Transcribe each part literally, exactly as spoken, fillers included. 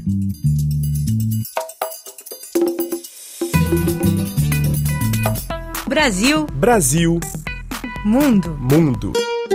Brasil. Brasil. Mundo. Mundo.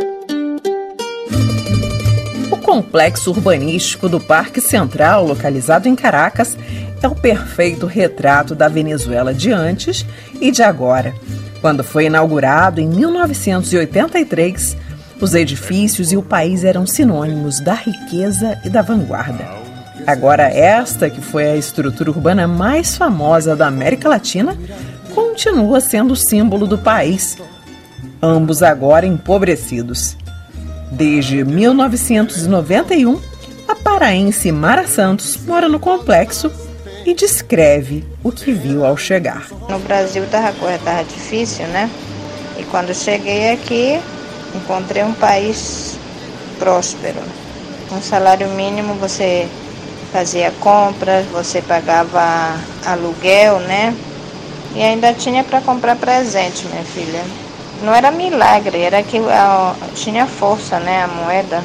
O complexo urbanístico do Parque Central, localizado em Caracas, é o perfeito retrato da Venezuela de antes e de agora. Quando foi inaugurado em mil novecentos e oitenta e três, os edifícios e o país eram sinônimos da riqueza e da vanguarda. Agora esta, que foi a estrutura urbana mais famosa da América Latina, continua sendo o símbolo do país, ambos agora empobrecidos. Desde mil novecentos e noventa e um, a paraense Mara Santos mora no complexo e descreve o que viu ao chegar. No Brasil estava tava difícil, né? E quando cheguei aqui, encontrei um país próspero. Com salário mínimo você fazia compras, você pagava aluguel, né? E ainda tinha para comprar presente, minha filha. Não era milagre, era que a, tinha força, né, a moeda.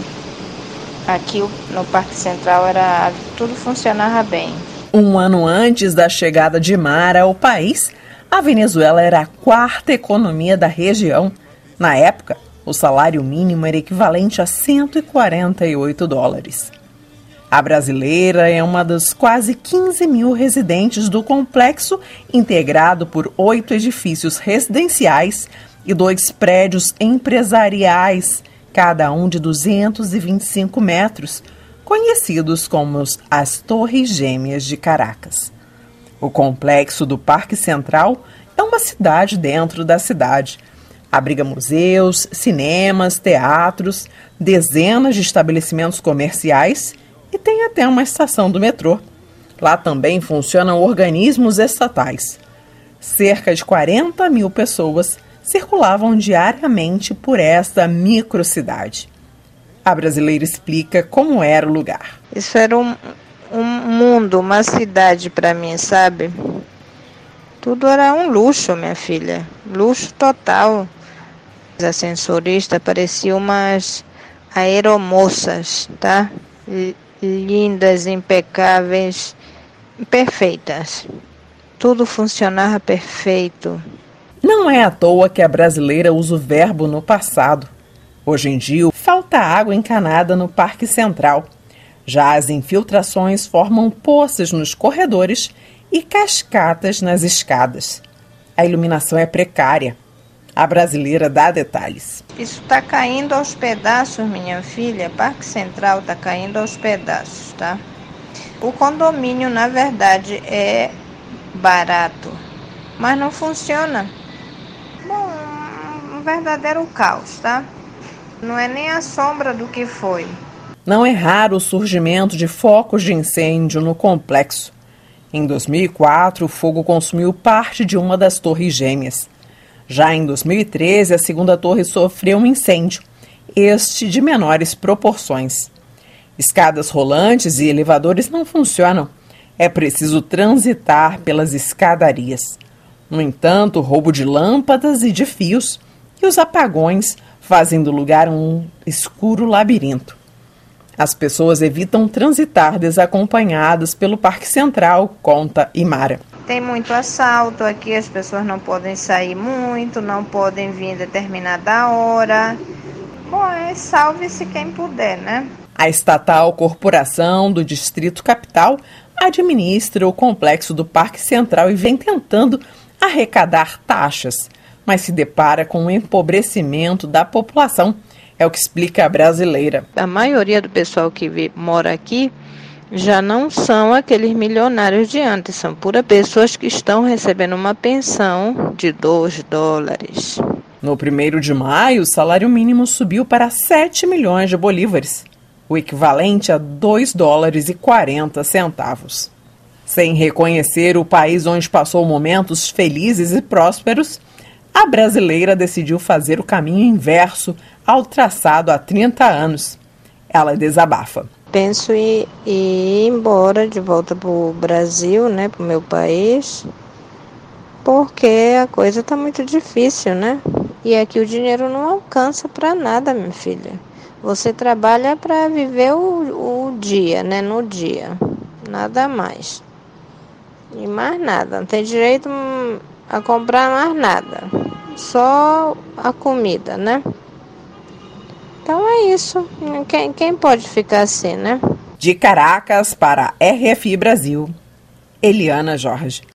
Aqui no Parque Central era, tudo funcionava bem. Um ano antes da chegada de Mara ao país, a Venezuela era a quarta economia da região. Na época, o salário mínimo era equivalente a cento e quarenta e oito dólares. A brasileira é uma das quase quinze mil residentes do complexo, integrado por oito edifícios residenciais e dois prédios empresariais, cada um de duzentos e vinte e cinco metros, conhecidos como as Torres Gêmeas de Caracas. O complexo do Parque Central é uma cidade dentro da cidade. Abriga museus, cinemas, teatros, dezenas de estabelecimentos comerciais e tem até uma estação do metrô. Lá também funcionam organismos estatais. Cerca de quarenta mil pessoas circulavam diariamente por esta microcidade. A brasileira explica como era o lugar. Isso era um, um mundo, uma cidade para mim, sabe? Tudo era um luxo, minha filha. Luxo total. As ascensoristas pareciam umas aeromoças, tá? Lindas, impecáveis, perfeitas. Tudo funcionava perfeito. Não é à toa que a brasileira usa o verbo no passado. Hoje em dia, falta água encanada no Parque Central. Já as infiltrações formam poças nos corredores e cascatas nas escadas. A iluminação é precária. A brasileira dá detalhes. Isso está caindo aos pedaços, minha filha. Parque Central está caindo aos pedaços, tá? O condomínio, na verdade, é barato, mas não funciona. Bom, um verdadeiro caos, tá? Não é nem a sombra do que foi. Não é raro o surgimento de focos de incêndio no complexo. Em dois mil e quatro, o fogo consumiu parte de uma das torres gêmeas. Já em dois mil e treze, a segunda torre sofreu um incêndio, este de menores proporções. Escadas rolantes e elevadores não funcionam. É preciso transitar pelas escadarias. No entanto, o roubo de lâmpadas e de fios e os apagões fazem do lugar um escuro labirinto. As pessoas evitam transitar desacompanhadas pelo Parque Central, conta Imara. Tem muito assalto aqui, as pessoas não podem sair muito, não podem vir em determinada hora. Bom, é salve-se quem puder, né? A estatal Corporação do Distrito Capital administra o complexo do Parque Central e vem tentando arrecadar taxas, mas se depara com o empobrecimento da população, é o que explica a brasileira. A maioria do pessoal que vi, mora aqui já não são aqueles milionários de antes, são pura pessoas que estão recebendo uma pensão de dois dólares. No primeiro de maio, o salário mínimo subiu para sete milhões de bolívares, o equivalente a dois dólares e quarenta centavos. Sem reconhecer o país onde passou momentos felizes e prósperos, a brasileira decidiu fazer o caminho inverso ao traçado há trinta anos. Ela desabafa. Penso em ir embora de volta para o Brasil, né, para o meu país, porque a coisa está muito difícil, né? E aqui o dinheiro não alcança para nada, minha filha. Você trabalha para viver o, o dia, né, no dia. nada mais. E mais nada, não tem direito a comprar mais nada. Só a comida, né? Então é isso. Quem, quem pode ficar assim, né? De Caracas para R F I Brasil, Eliana Jorge.